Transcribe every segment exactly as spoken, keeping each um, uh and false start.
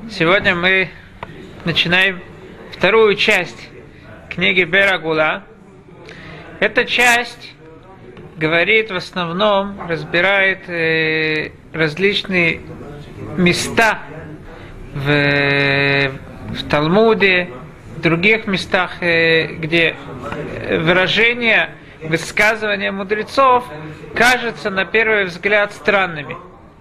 Сегодня мы начинаем вторую часть книги Беэр ха-Гула. Эта часть говорит в основном, разбирает э, различные места в, в Талмуде, в других местах, э, где выражения, высказывания мудрецов кажутся на первый взгляд странными.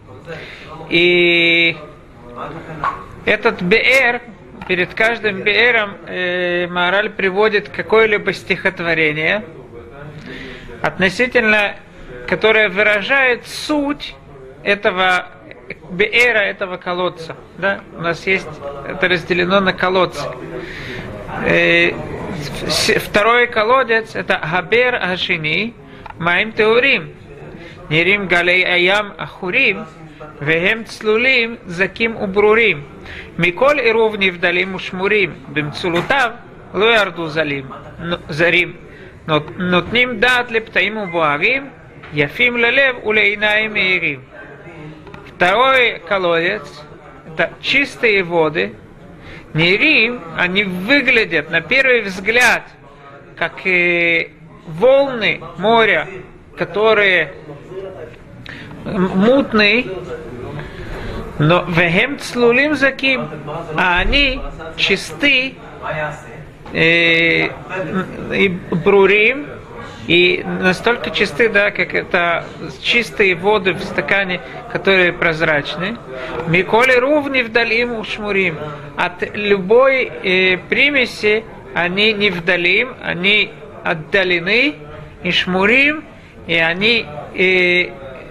И этот Беэр, перед каждым Беэром э, Маораль приводит какое-либо стихотворение, относительно, которое выражает суть этого Беэра, этого колодца. Да? У нас есть, это разделено на колодцы. Э, второй колодец это Хабер Ашини Маим Теорим Нирим Галей Аям Ахурим Вехем Цлулим Заким Убрурим Миколь Иров Нивдалим Ушмурим Бимцулутав Лоярду Залим Зарим Нотним Дат Лептаим Убуарим Яфим Лелев Улейнаим Ирим. Второй колодец это чистые воды. Нирим, они выглядят на первый взгляд как э, волны моря, которые мутные, но вехем цлулим заким, а они чисты э, и брурим, и настолько чисты, да, как это чистые воды в стакане, которые прозрачны. Миколи ровни вдалим ушмурим. От любой э, примеси они не вдалим, они отдалены, и шмурим, и они э,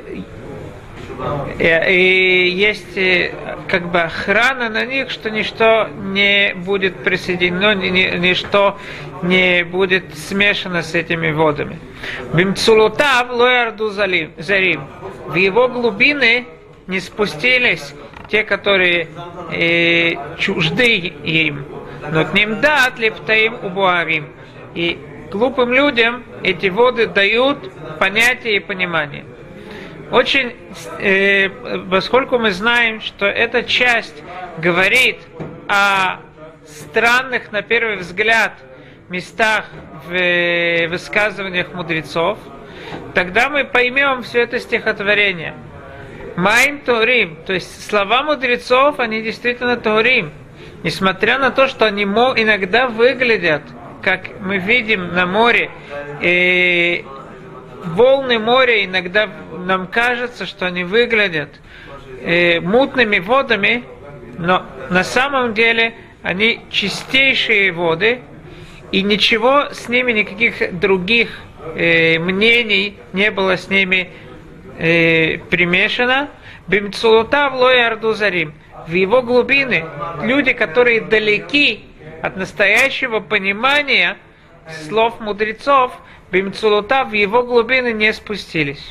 э, э, есть э, как бы охрана на них, что ничто не будет присоединено, ни, ни, ничто не будет смешано с этими водами. Бимцулутав лоярду зарим. В его глубины не спустились те, которые э, чужды им. Но к ним дат лептаим убуарим. И глупым людям эти воды дают понятие и понимание. Очень, э, поскольку мы знаем, что эта часть говорит о странных, на первый взгляд, местах в высказываниях мудрецов, тогда мы поймем все это стихотворение. Маим Торим, то есть слова мудрецов, они действительно Торим. Несмотря на то, что они иногда выглядят, как мы видим на море, э, волны моря, иногда нам кажется, что они выглядят э, мутными водами, но на самом деле они чистейшие воды, и ничего с ними, никаких других э, мнений не было с ними э, примешано. Бимцулутав лоярду зарим. В его глубины люди, которые далеки от настоящего понимания слов мудрецов, бимцулутав в его глубины не спустились.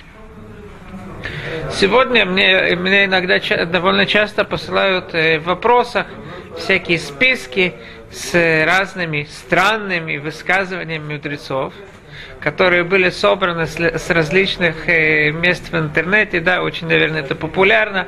Сегодня мне, мне иногда довольно часто посылают э, в вопросах всякие списки с разными странными высказываниями мудрецов, которые были собраны с, с различных э, мест в интернете, да, очень, наверное, это популярно.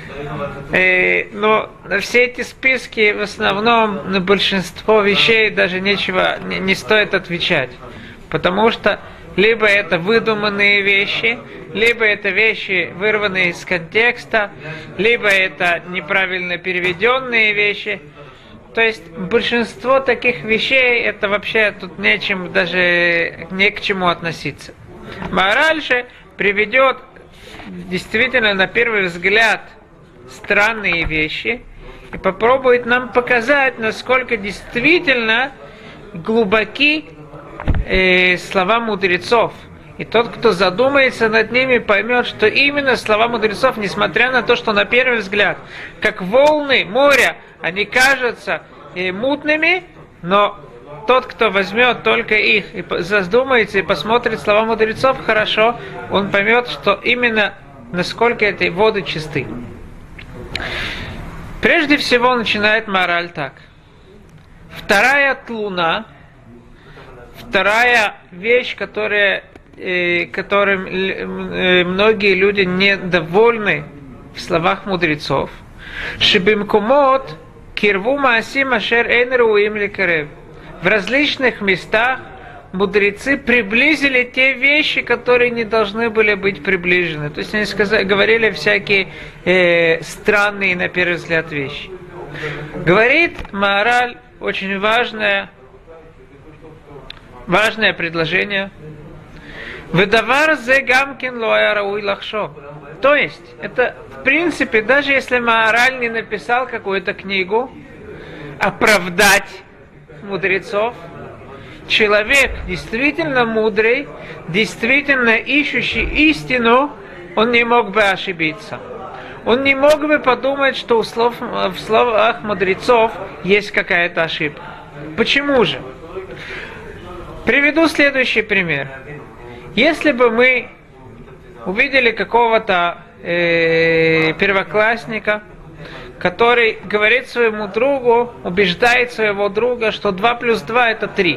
Э, но на все эти списки в основном на большинство вещей даже нечего, не, не стоит отвечать, потому что либо это выдуманные вещи, либо это вещи, вырванные из контекста, либо это неправильно переведенные вещи. То есть большинство таких вещей, это вообще тут нечем, даже не к чему относиться. Маораль же приведет действительно на первый взгляд странные вещи и попробует нам показать, насколько действительно глубоки э, слова мудрецов. И тот, кто задумается над ними, поймет, что именно слова мудрецов, несмотря на то, что на первый взгляд, как волны моря, они кажутся э, мутными, но тот, кто возьмет только их и задумается и посмотрит слова мудрецов хорошо, он поймет, что именно насколько эти воды чисты. Прежде всего начинает Маораль так. Вторая тлуна, вторая вещь, которая э, которым э, многие люди недовольны в словах мудрецов, шебимкумот Кирву маасим ашер эйн руим лекарев. В различных местах мудрецы приблизили те вещи, которые не должны были быть приближены. То есть они сказали, говорили всякие э, странные, на первый взгляд, вещи. Говорит Маораль очень важное, важное предложение. Выдавар зе гамкин лоя рауй лахшо. То есть, это в принципе, даже если Маораль не написал какую-то книгу, оправдать мудрецов, человек действительно мудрый, действительно ищущий истину, он не мог бы ошибиться. Он не мог бы подумать, что у слов, в словах мудрецов есть какая-то ошибка. Почему же? Приведу следующий пример. Если бы мы увидели какого-то э, первоклассника, который говорит своему другу, убеждает своего друга, что два плюс два это три.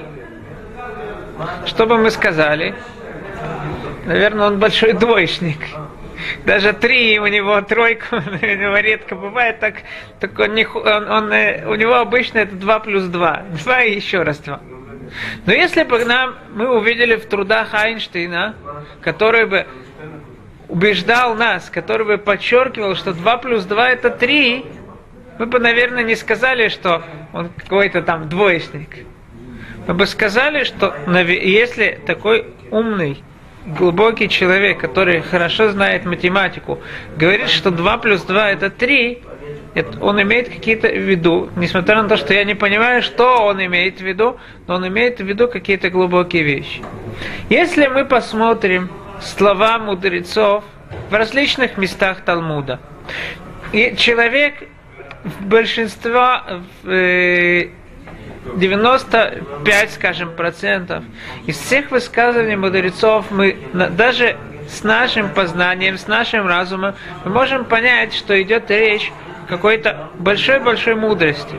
Что бы мы сказали? Наверное, он большой двоечник. Даже три у него, тройка у него редко бывает, так, так он не, он, он, у него обычно это два плюс два. два и еще раз два. Но если бы нам, мы увидели в трудах Эйнштейна, который бы убеждал нас, который бы подчеркивал, что два плюс два это три, мы бы, наверное, не сказали, что он какой-то там двоечник. Мы бы сказали, что если такой умный, глубокий человек, который хорошо знает математику, говорит, что два плюс два это три, это он имеет какие-то в виду, несмотря на то, что я не понимаю, что он имеет в виду, но он имеет в виду какие-то глубокие вещи. Если мы посмотрим слова мудрецов в различных местах Талмуда, и человек в большинстве, в девяносто пять, скажем, процентов из всех высказываний мудрецов мы даже с нашим познанием, с нашим разумом, мы можем понять, что идет речь о какой-то большой-большой мудрости.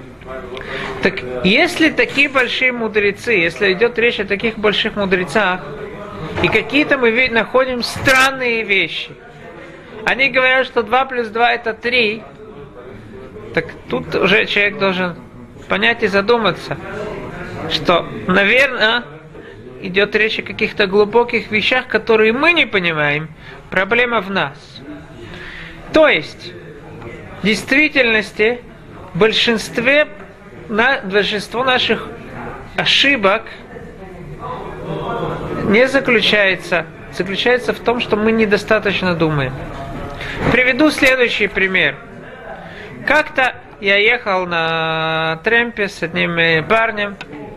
Так если такие большие мудрецы, если идет речь о таких больших мудрецах, и какие-то мы ведь находим странные вещи, они говорят, что два плюс два это три, так тут уже человек должен понять и задуматься, что, наверное, идет речь о каких-то глубоких вещах, которые мы не понимаем. Проблема в нас. То есть, в действительности, в большинстве, на, большинство наших ошибок не заключается, заключается в том, что мы недостаточно думаем. Приведу следующий пример. Как-то я ехал на трэмпе с одним парнем,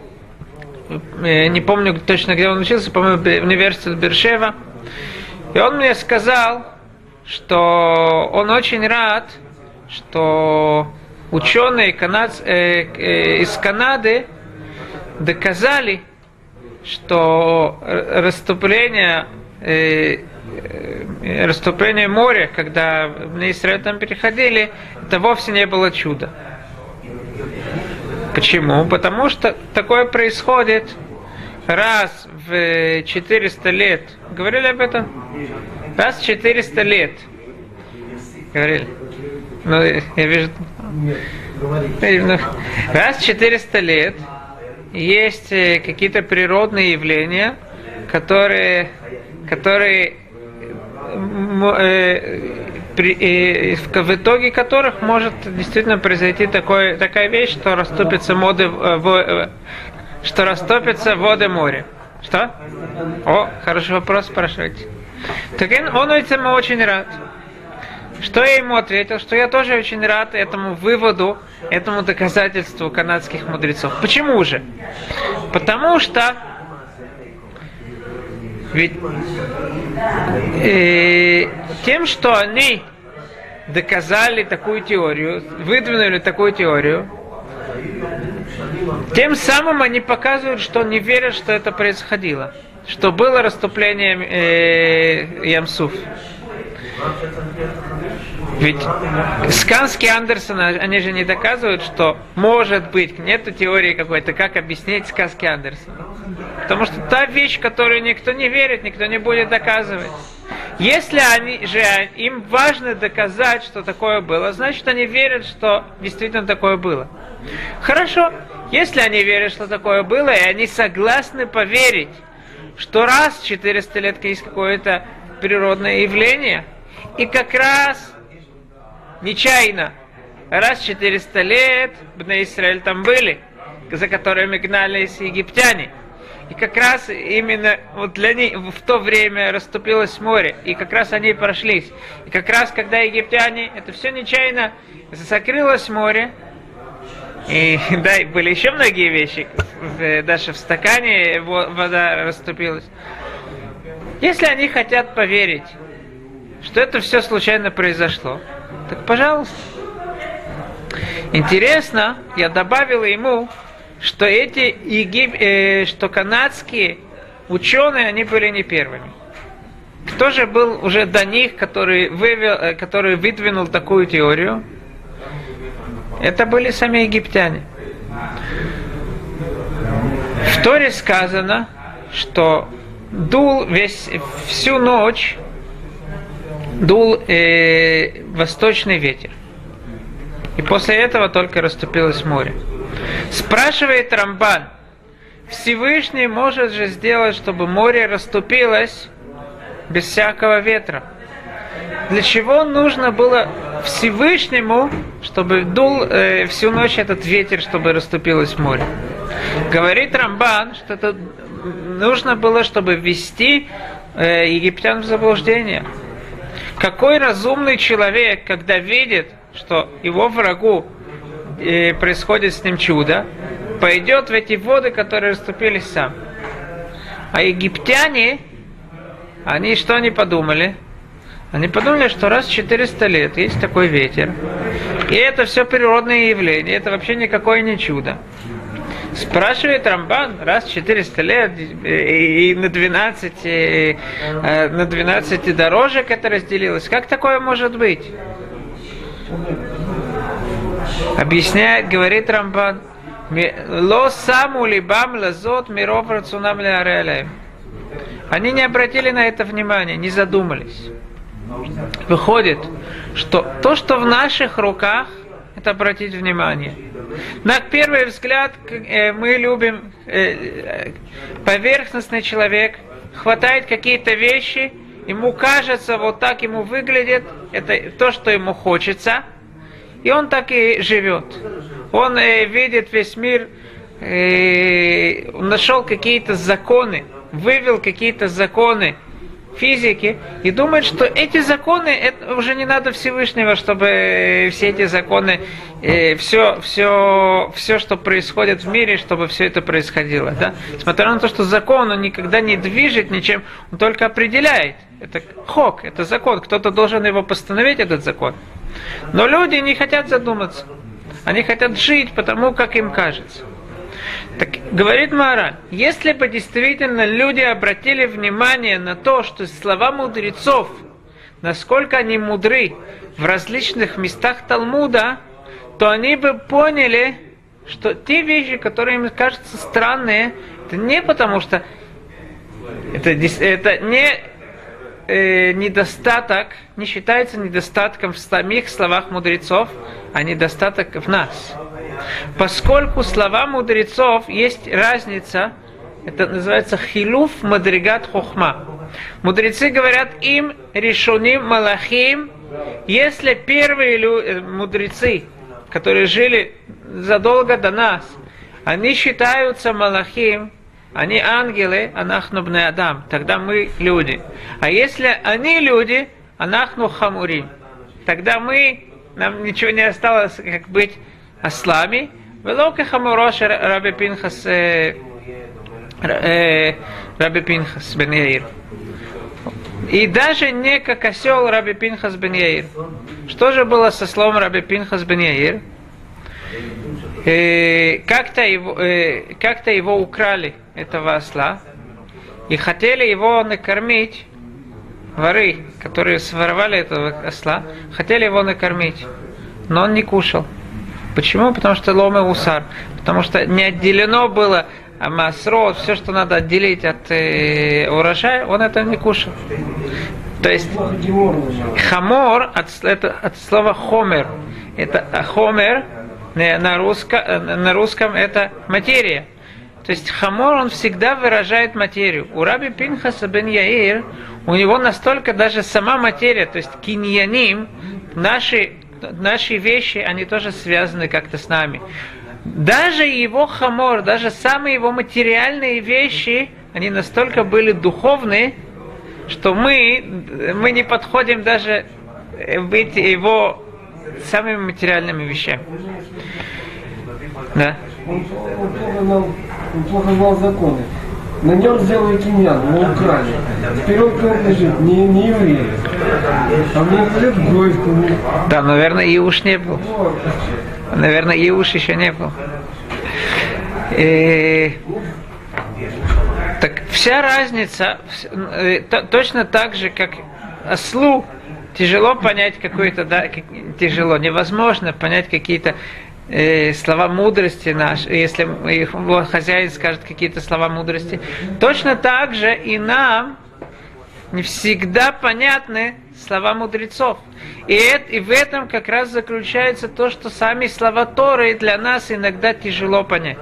не помню точно, где он учился, по-моему, университет Бер-Шева, и он мне сказал, что он очень рад, что ученые канадц, э, э, из Канады доказали, что расступление э, расступление моря, когда на Израиль там переходили, это вовсе не было чудо. Почему? Потому что такое происходит раз в четыреста лет. Говорили об этом? Раз в четыреста лет. Говорили. Ну, я вижу. Раз в четыреста лет есть какие-то природные явления, которые, которые в итоге которых может действительно произойти такое, такая вещь, что растопятся моды, в, что растопятся воды моря. Что? О, хороший вопрос спрашиваете. Так он, он этому очень рад. Что я ему ответил? Что я тоже очень рад этому выводу, этому доказательству канадских мудрецов. Почему же? Потому что ведь э, тем, что они доказали такую теорию, выдвинули такую теорию, тем самым они показывают, что не верят, что это происходило, что было расступление э, Ям-Суф. Ведь сказки Андерсона, они же не доказывают, что может быть, нету теории какой-то, как объяснить сказки Андерсона. Потому что та вещь, которую никто не верит, никто не будет доказывать. Если они же, им важно доказать, что такое было, значит, они верят, что действительно такое было. Хорошо, если они верят, что такое было, и они согласны поверить, что раз в четыреста лет есть какое-то природное явление, и как раз нечаянно, раз в четыреста лет Бней Исраэль там были, за которыми гнались египтяне. И как раз именно вот для них в то время расступилось море, и как раз они прошлись. И как раз когда египтяне, это все нечаянно, закрылось море, и да, были еще многие вещи, даже в стакане вода расступилась. Если они хотят поверить, что это все случайно произошло, так пожалуйста. Интересно, я добавил ему, что эти егип... э, что канадские ученые, они были не первыми. Кто же был уже до них, который, вывел, э, который выдвинул такую теорию? Это были сами египтяне. В Торе сказано, что дул весь, всю ночь дул э, восточный ветер. И после этого только расступилось море. Спрашивает Рамбан, Всевышний может же сделать, чтобы море расступилось без всякого ветра. Для чего нужно было Всевышнему, чтобы дул э, всю ночь этот ветер, чтобы расступилось море? Говорит Рамбан, что это нужно было, чтобы ввести э, египтян в заблуждение. Какой разумный человек, когда видит, что его врагу э, происходит с ним чудо, пойдет в эти воды, которые расступились сам. А египтяне, они что они подумали? Они подумали, что раз в четыреста лет есть такой ветер, и это все природное явление, это вообще никакое не чудо. Спрашивает Рамбан, раз в четыреста лет и на двенадцать, и на двенадцать дорожек это разделилось, как такое может быть? Объясняет, говорит Рамбан, «Ло саму либам лазот миров рацунам леареалеем». Они не обратили на это внимания, не задумались. Выходит, что то, что в наших руках, это обратить внимание. На первый взгляд мы любим, поверхностный человек хватает какие-то вещи, ему кажется, вот так ему выглядит, это то, что ему хочется, и он так и живет. Он э, видит весь мир, э, нашел какие-то законы, вывел какие-то законы физики и думает, что эти законы, это уже не надо Всевышнего, чтобы все эти законы, э, все, все, все, что происходит в мире, чтобы все это происходило. Да? Смотря на то, что закон, он никогда не движет ничем, он только определяет. Это хок, это закон, кто-то должен его постановить, этот закон. Но люди не хотят задуматься. Они хотят жить потому, как им кажется. Так говорит Маораль, если бы действительно люди обратили внимание на то, что слова мудрецов, насколько они мудры в различных местах Талмуда, то они бы поняли, что те вещи, которые им кажутся странные, это не потому, что это, это не э, недостаток, не считается недостатком в самих словах мудрецов, а недостаток в нас. Поскольку слова мудрецов есть разница, это называется хилуф мадригат хохма. Мудрецы говорят им решоним малахим, если первые лю- мудрецы, которые жили задолго до нас, они считаются малахим, они ангелы, анахну бней адам, тогда мы люди. А если они люди, анахну хамурим, тогда мы, нам ничего не осталось, как быть ослами. Велоке хамурош Раби Пинхас Раби Пинхас бен Яир. И даже не как осел Раби Пинхас бен Яир. Что же было со словом Раби Пинхас бен Яир? Э, как-то, его, э, как-то его украли, этого осла, и хотели его накормить, воры, которые своровали этого осла, хотели его накормить, но он не кушал. Почему? Потому что ломы усар, потому что не отделено было масрот, все, что надо отделить от э, урожая, он это не кушал. То есть хамор от, это, от слова хомер. Это хомер на, русско, на русском это материя. То есть хамор, он всегда выражает материю. У Раби Пинхаса бен Яир, у него настолько даже сама материя, то есть киньяним, наши, наши вещи, они тоже связаны как-то с нами. Даже его хамор, даже самые его материальные вещи, они настолько были духовны, что мы, мы не подходим даже быть его самыми материальными вещами. Да. Он, он, плохо знал, он плохо знал законы. На нем сделали киньян, его украли. Теперь он принадлежит не, не еврею, а принадлежит гойскому. Да, наверное, Иуш не был. Вот. Наверное, Иуш еще не был. И... Так вся разница, точно так же, как ослу тяжело понять какое-то, да, тяжело, невозможно понять какие-то э, слова мудрости наши, если его хозяин скажет какие-то слова мудрости. Точно так же и нам не всегда понятны слова мудрецов. И, это, и в этом как раз заключается то, что сами слова Торы для нас иногда тяжело понять.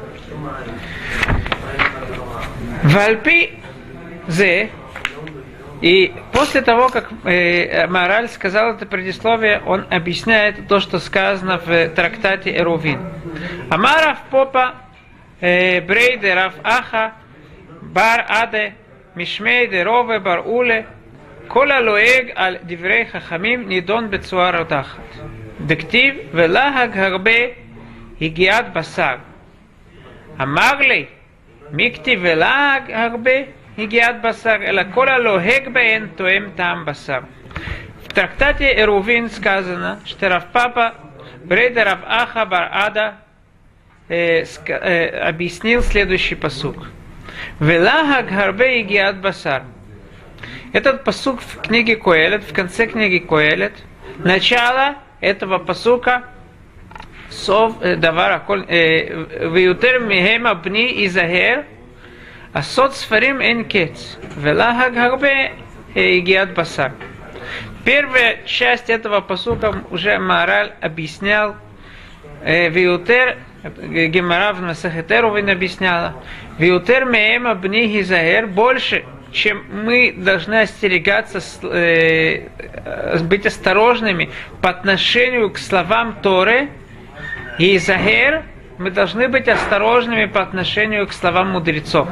Вальпи зе. И после того, как э, Маораль сказал это предисловие, он объясняет то, что сказано в трактате Эрувин. Амарав попа э, брейде рав аха бар аде мишмейде рове бар уле кола лоэг аль диврей хахамим нидон бецуар отахат. Дектив велахаг харбе хигиат басар. Амарлей מיקטי ולעג הרבה הגיעת בשר, אלא כל הלוהג בהן תואם טעם בשר. В трактате Эрувин сказано, что Рав Папа Брейда Рав Аха бар Ада э, э, объяснил следующий пасук. Велахаг харбе гиат басар. Этот пасук в книге Коэлет, в конце книги Коэлет, начало этого пасука סוף דבר הכל, ויותר מהם הבני ייזהר, הסוד ספרים אין קץ, ולהג הרבה הגיעת בשר. Первая часть этого пасука уже Маораль объяснял, ויותר, Гемара в Масехет Эрувин объясняла, ויותר מהם הבני ייזהר, больше, чем мы должны остерегаться, быть осторожными по отношению к словам Торы, и захер, мы должны быть осторожными по отношению к словам мудрецов.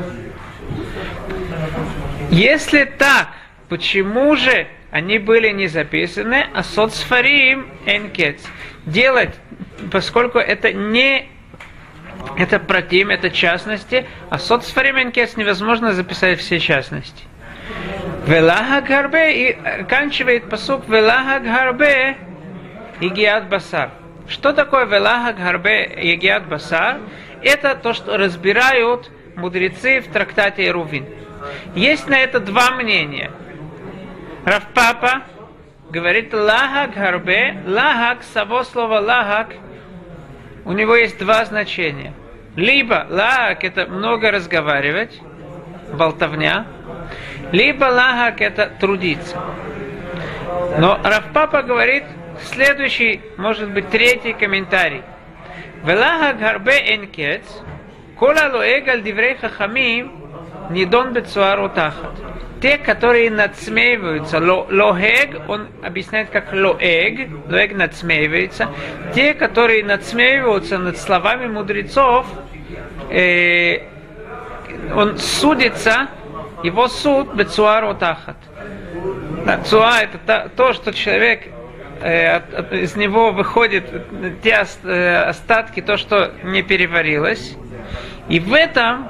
Если так, почему же они были не записаны, а соцфарим энкец? Делать, поскольку это не это протим, это частности, а соцфарим энкец невозможно записать все частности. Велахаг харбе, и оканчивает пасук велахаг харбе и гиат басар. Что такое велахаг харбе егиат басар? Это то, что разбирают мудрецы в трактате Эрувин. Есть на это два мнения. Рав Папа говорит лагаг харбе. Лагаг, само слово лагаг, у него есть два значения. Либо лагаг это много разговаривать, болтовня, либо лагаг это трудиться. Но Рав Папа говорит следующий, может быть, третий комментарий. Велахаг харбе энкец, кола лоэг аль диврей хахамим, нидон бецуар отахат. Те, которые надсмеиваются, лоэг, он объясняет как лоэг, лоэг надсмеивается. Те, которые надсмеиваются над словами мудрецов, э, он судится, его суд бецуар отахат. Цуа это то, что человек из него выходят те остатки, то, что не переварилось. И в этом,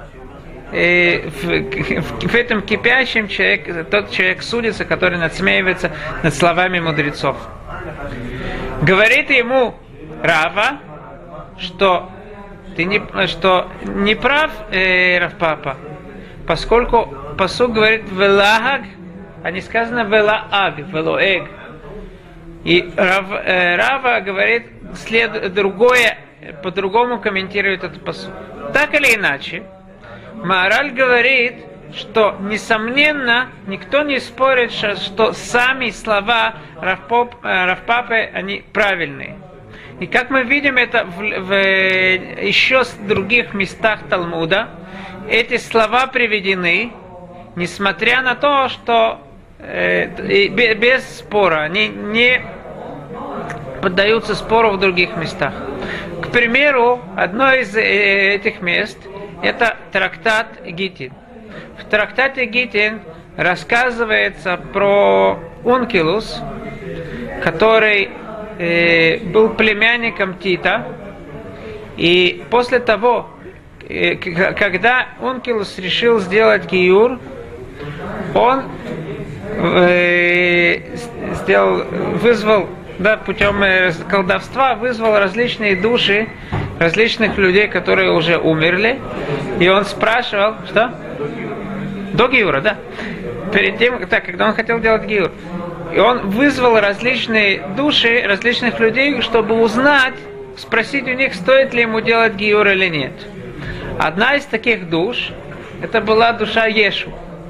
в, в этом кипящем человек, тот человек судится, который надсмеивается над словами мудрецов. Говорит ему Рава, что ты не, что не прав, э, Рав Папа, поскольку пасук говорит велахаг, а не сказано велааг, велоэг. И Рав, э, Рава говорит след, другое, по-другому комментирует этот пасук. Так или иначе, Маораль говорит, что, несомненно, никто не спорит, что сами слова Равпоп, Равпапы, они правильные. И как мы видим это в, в еще других местах Талмуда, эти слова приведены, несмотря на то, что э, без спора, они не поддаются спору в других местах. К примеру, одно из этих мест – это трактат Гитин. В трактате Гитин рассказывается про Ункилус, который э, был племянником Тита, и после того, э, когда Ункилус решил сделать гиюр, он э, сделал, вызвал, да, путем колдовства, вызвал различные души различных людей, которые уже умерли, и он спрашивал, что? До гиюра, да? Перед тем, так, когда он хотел делать гиюр. И он вызвал различные души, различных людей, чтобы узнать, спросить у них, стоит ли ему делать гиюр или нет. Одна из таких душ, это была душа Ешу.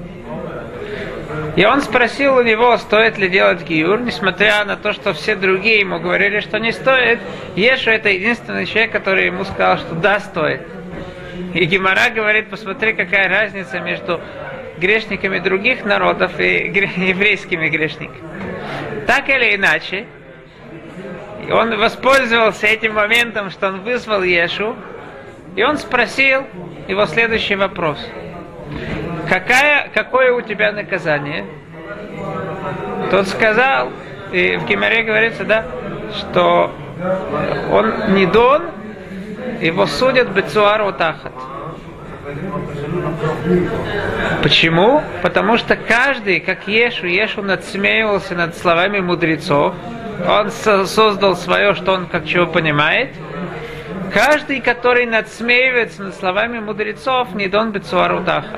И он спросил у него, стоит ли делать гиюр, несмотря на то, что все другие ему говорили, что не стоит. Ешу — это единственный человек, который ему сказал, что да, стоит. И Гемара говорит, посмотри, какая разница между грешниками других народов и еврейскими грешниками. Так или иначе, он воспользовался этим моментом, что он вызвал Ешу, и он спросил его следующий вопрос. Какая, какое у тебя наказание? Тот сказал, и в Гемаре говорится, да, что он нидон, его судят бецуару тахат. Почему? Потому что каждый, как Ешу, Ешу надсмеивался над словами мудрецов. Он создал свое, что он как чего понимает. Каждый, который надсмеивается над словами мудрецов, нидон бецуару тахат.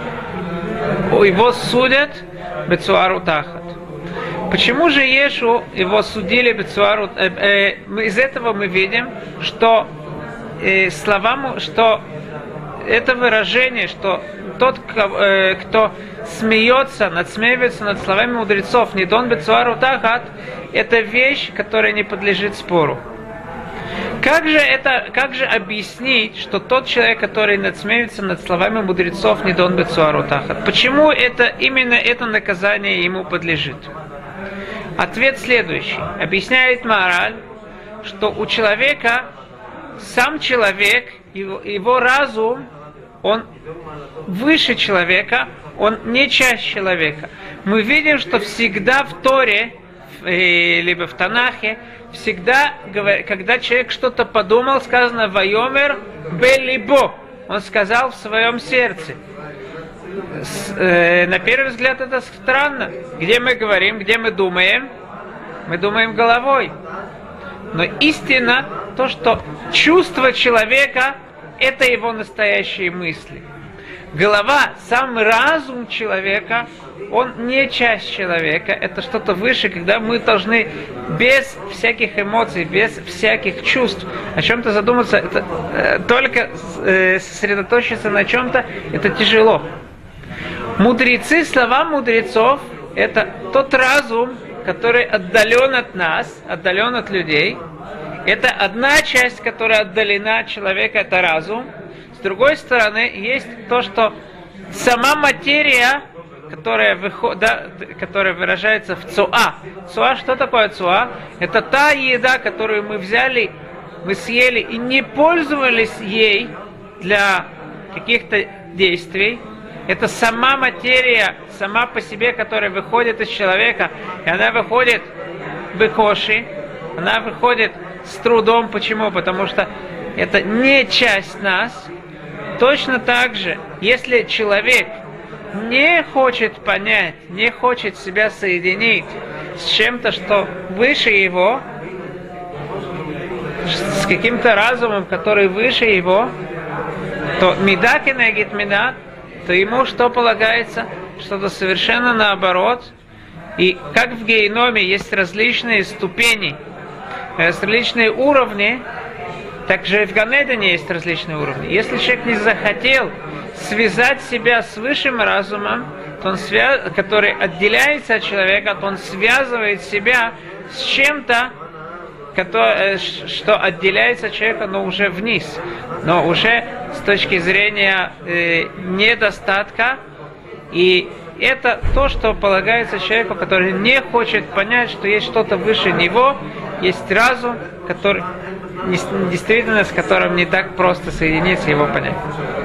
Его судят бецуару тахат. Почему же Ешу его судили бецуару? Э, э, из этого мы видим, что э, слова, что это выражение, что тот, э, кто смеется, надсмеивается над словами мудрецов, нидон бецуару тахат, это вещь, которая не подлежит спору. Как же, это, как же объяснить, что тот человек, который надсмеивается над словами мудрецов, нидон бецуару тахат? Почему это, именно это наказание ему подлежит? Ответ следующий. Объясняет Маораль, что у человека, сам человек, его, его разум, он выше человека, он не часть человека. Мы видим, что всегда в Торе, либо в Танахе, всегда, когда человек что-то подумал, сказано «Вайомер белибо», он сказал в своем сердце. С, э, на первый взгляд это странно. Где мы говорим, где мы думаем? Мы думаем головой. Но истина то, что чувство человека – это его настоящие мысли. Голова, сам разум человека, он не часть человека, это что-то выше, когда мы должны без всяких эмоций, без всяких чувств о чем-то задуматься, это, э, только э, сосредоточиться на чем-то, это тяжело. Мудрецы, слова мудрецов, это тот разум, который отдален от нас, отдален от людей. Это одна часть, которая отдалена от человека, это разум. С другой стороны, есть то, что сама материя, которая, выход, да, которая выражается в цуа. Цуа, что такое цуа? Это та еда, которую мы взяли, мы съели и не пользовались ей для каких-то действий. Это сама материя, сама по себе, которая выходит из человека, и она выходит бекоши, она выходит с трудом. Почему? Потому что это не часть нас. Точно так же, если человек не хочет понять, не хочет себя соединить с чем-то, что выше его, с каким-то разумом, который выше его, то мида кенегит мида, то ему что полагается? Что-то совершенно наоборот. И как в гейноме есть различные ступени, различные уровни, Также и в Ганедане есть различные уровни. Если человек не захотел связать себя с высшим разумом, то он свя... который отделяется от человека, то он связывает себя с чем-то, который... что отделяется от человека, но уже вниз, но уже с точки зрения э, недостатка. И это то, что полагается человеку, который не хочет понять, что есть что-то выше него, есть разум, который действительно с которым не так просто соединиться, его понять.